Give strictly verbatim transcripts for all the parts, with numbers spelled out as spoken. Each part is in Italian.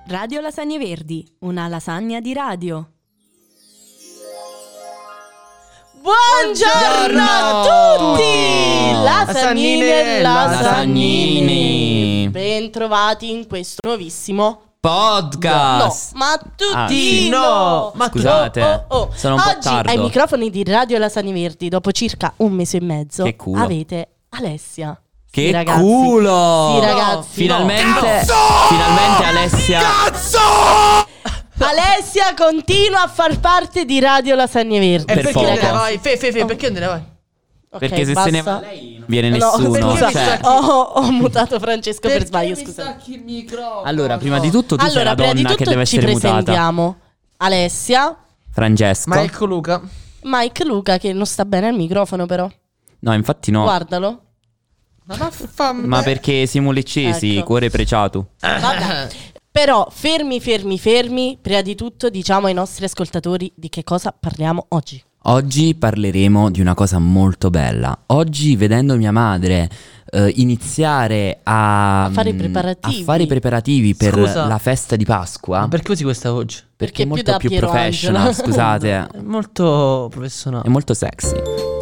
Radio Lasagne Verdi, una lasagna di radio. Buongiorno a tutti! Lasagnine e lasagnini. Bentrovati in questo nuovissimo podcast. No, ma tutti ah, no. Ma scusate, oh, oh, oh. sono un Oggi po' tardo. ai microfoni di Radio Lasagne Verdi, dopo circa un mese e mezzo, che culo. avete Alessia. Che sì, ragazzi. culo! Sì, ragazzi. Finalmente, no. finalmente Alessia. Cazzo! Alessia continua a far parte di Radio Lasagne Verdi. E Per perché poco. te ne vai? Fe, fe, fe, Oh. perché te ne vai? Okay, Perché se basta. se ne va lei non viene No, nessuno. scusa, Cioè. ho, ho mutato Francesco per sbaglio, mi scusa. stacchi il microfono? Allora, prima di tutto tu sei Allora, la prima di donna tutto che deve ci essere mutata. presentiamo Alessia, Francesco. Ma ecco Luca. Mike Luca, che non sta bene al microfono però. No, infatti no. Guardalo. Ma vaffanculo. Ma perché siamo leccesi, Ecco. cuore preciato. Vabbè. Però fermi, fermi, fermi. Prima di tutto diciamo ai nostri ascoltatori di che cosa parliamo oggi. Oggi parleremo di una cosa molto bella. Oggi, vedendo mia madre eh, iniziare a, A fare i preparativi. a fare i preparativi per Scusa. la festa di Pasqua, Ma perché usi questa voce? perché Perché è più molto da più Piero professional, Angela. scusate, È molto professionale. è molto sexy.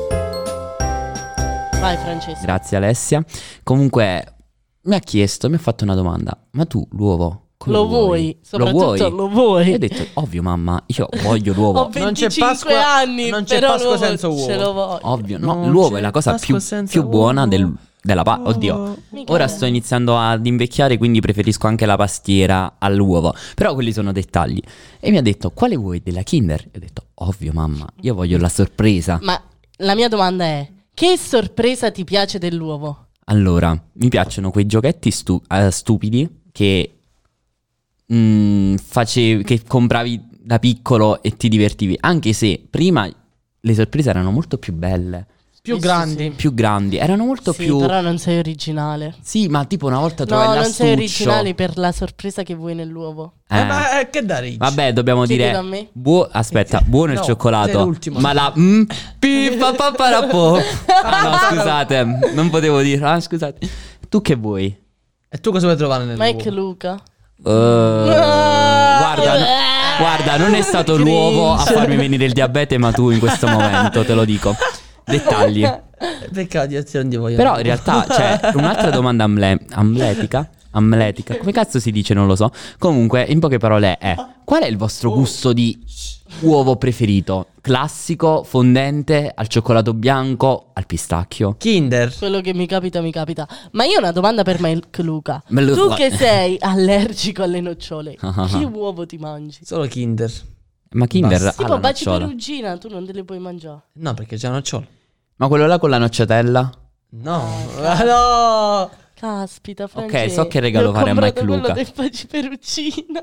Vai Francesco. Grazie Alessia. Comunque mi ha chiesto, mi ha fatto una domanda. Ma tu l'uovo come Lo vuoi? Lo Soprattutto vuoi? lo vuoi? E ho detto, ovvio mamma, io voglio l'uovo. Ho Non c'è venticinque Pasqua- anni, non c'è però Pasqua l'uovo senza uovo. ce lo voglio. Ovvio, no, Non l'uovo c'è è la cosa Pasqua più, senza più buona uovo. del, della pa- Oddio. Mica Ora bene. sto iniziando ad invecchiare, quindi preferisco anche la pastiera all'uovo. Però quelli sono dettagli. E mi ha detto, quale vuoi, della Kinder? E ho detto, ovvio mamma, io voglio la sorpresa. Ma la mia domanda è: che sorpresa ti piace dell'uovo? Allora, mi piacciono quei giochetti stu- eh, stupidi che, mm, facevi, che compravi da piccolo e ti divertivi. Anche se prima le sorprese erano molto più belle, Più Sì, grandi. sì, più grandi, erano molto sì, più... però non sei originale. Sì, ma tipo una volta No, trovai non l'astuccio. sei originale per la sorpresa che vuoi nell'uovo. Eh. Eh, ma eh, che da ricci? Vabbè, dobbiamo Chiedilo a dire me. buo- aspetta, buono il No, cioccolato. sei l'ultimo. Ma la mm, pi, pa, pa, pa, ra, po. Ah, no, scusate, non potevo dire. Ah, scusate. Tu che vuoi? E tu cosa vuoi trovare nel Mike uovo? Luca. Uh, guarda, no- guarda, non è stato l'uovo a Cringe. farmi venire il diabete, ma tu in questo momento, te lo dico. Dettagli. Peccato, io ti non ti voglio. Però in realtà c'è un'altra domanda amle- amletica. Amletica, come cazzo si dice? Non lo so. Comunque, in poche parole è: qual è il vostro gusto di uovo preferito? Classico, fondente, al cioccolato bianco, al pistacchio? Kinder. Quello che mi capita, mi capita. Ma io ho una domanda per Mike Luca. Me lo- Tu che sei allergico alle nocciole, che uovo ti mangi? Solo Kinder. Ma Kinder Basta. ha Tipo la baci nocciola. perugina, tu non te le puoi mangiare. No, perché c'è una nocciola. Ma quello là con la nocciatella? No. Ah, no. Caspita, Francesco. so che regalo fare a Mike Luca. quello dei baci perugina.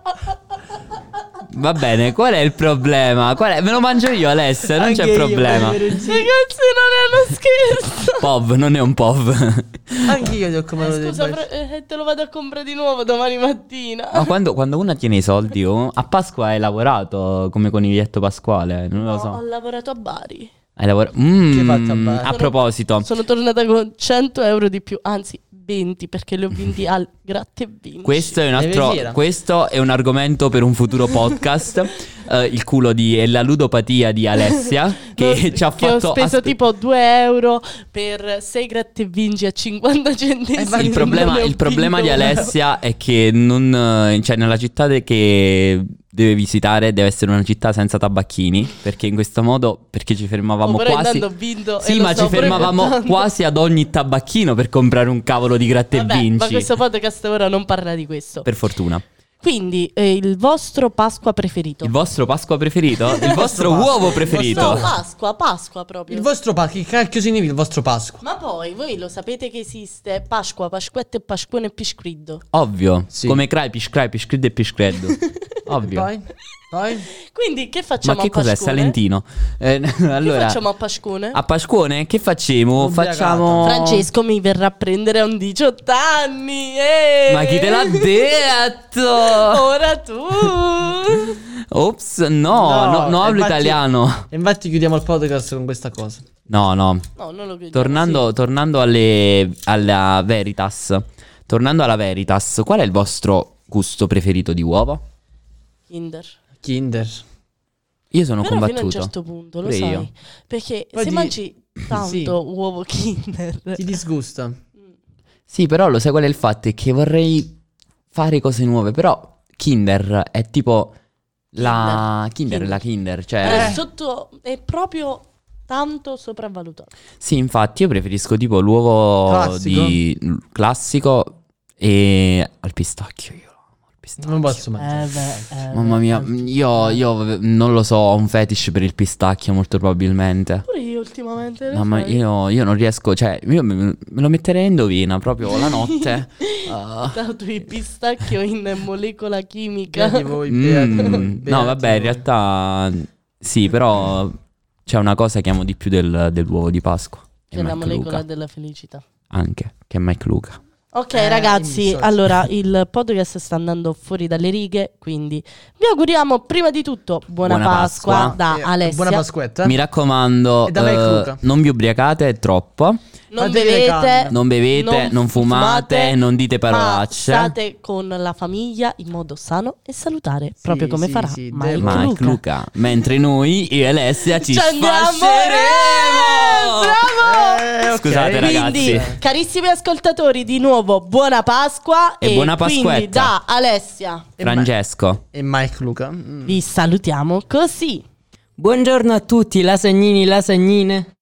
Va bene, qual è il problema? Qual è? Me lo mangio io, Alessia, non Anche c'è io, problema. Ragazzi, non è uno scherzo. Pov, non è un pov. Anche io ti ho comandato dei Scusa, baci. Fra- eh, te lo vado a comprare di nuovo domani mattina. Ma quando, quando una tiene i soldi, oh, a Pasqua hai lavorato come coniglietto pasquale, non lo No, so. ho lavorato a Bari. Hai lavorato... Mm, Che hai fatto a Bari? a proposito, Sono tornata con cento euro di più, anzi venti, perché li ho vinti al gratta e vinci. questo è un Deve altro, fiera. questo è un argomento per un futuro podcast. Eh, il culo di e la ludopatia di Alessia che No, ci ha che fatto ho speso aspe- tipo due euro per sei gratta e vinci a cinquanta centesimi. il problema, Non ne ho il problema di vinto uno. Alessia è che non, eh, cioè nella città de- che deve visitare deve essere una città senza tabacchini, perché in questo modo, perché ci fermavamo Oh, però quasi intanto ho vinto e sì, lo ma sto ci fermavamo frequentando. quasi ad ogni tabacchino per comprare un cavolo di gratta e Vabbè, vinci. ma questo podcast ora non parla di questo. Per fortuna. Quindi, eh, il vostro Pasqua preferito? Il vostro Pasqua preferito? Il vostro Pasqua. uovo Il preferito? No, Pasqua, Pasqua proprio. Il vostro Pasqua. Che cacchio significa il vostro Pasqua? Ma poi voi lo sapete che esiste Pasqua, Pasquetta e Pasquone e Piscriddo? Ovvio. Sì. Come crai, piscrai, piscriddo e piscreddo. Ovvio. Poi? Poi? Quindi che Ma facciamo che a cos'è? Pasquone? Salentino. Eh, Che allora, facciamo a Pasquone? a Pasquone che facciamo? Ubriacata. Facciamo... Francesco mi verrà a prendere a un diciotto anni. eh! Ma chi te l'ha detto? Ora tu. Ops, no, No, no, no, hablo infatti- italiano. E infatti chiudiamo il podcast con questa cosa. No, no. No, non lo chiudiamo. Tornando, tornando alle, alla Veritas. Tornando alla Veritas, qual è il vostro gusto preferito di uovo? Kinder. Kinder. Io sono Però fino a un combattuto. certo punto, lo Pure sai. io. Perché Poi se ti- mangi tanto Sì. uovo Kinder... Ti disgusta. Sì, però lo sai qual è il fatto? È che vorrei fare cose nuove, però Kinder è tipo la Kinder, è la Kinder, cioè È sotto... È proprio tanto sopravvalutato. sì, infatti io preferisco tipo l'uovo Classico? di classico e al pistacchio io amo il pistacchio. Non posso Eh mangiare. beh, eh Mamma beh. mia, io, io non lo so, ho un fetish per il pistacchio molto probabilmente. Pure io ultimamente. lo Mamma, sai. io, io non riesco, cioè, io me, me lo metterei in dovina proprio la notte. Ah. Dato il pistacchio in molecola chimica. Beati voi, beati Mm, voi, no, beati vabbè, in voi. realtà sì, però c'è una cosa che amo di più del, dell'uovo di Pasqua. È Che è la Mike molecola Luca. della felicità. Anche, che è Mike Luca. Ok Eh, ragazzi, mi dissocio. allora il podcast sta andando fuori dalle righe, quindi vi auguriamo prima di tutto buona, Buona Pasqua, Pasqua. da Eh, Alessia. Buona Pasquetta. Mi raccomando, E da Mike eh, Luca. non vi ubriacate troppo, Non Fatevi le bevete, canne. non bevete, non, fumate, non dite ma parolacce. state con la famiglia in modo sano e salutare, proprio come sì, farà sì, Mike, devo- Mike Luca. Luca. Mentre noi, io e Alessia, ci Ci andiamo, sfasceremo. eh, bravo! Eh, ok. Scusate, Quindi, ragazzi. carissimi ascoltatori, di nuovo buona Pasqua E buona quindi Pasquetta. da Alessia Francesco. E Mike Luca. Mm. vi salutiamo così. Buongiorno a tutti, lasagnini, lasagnine.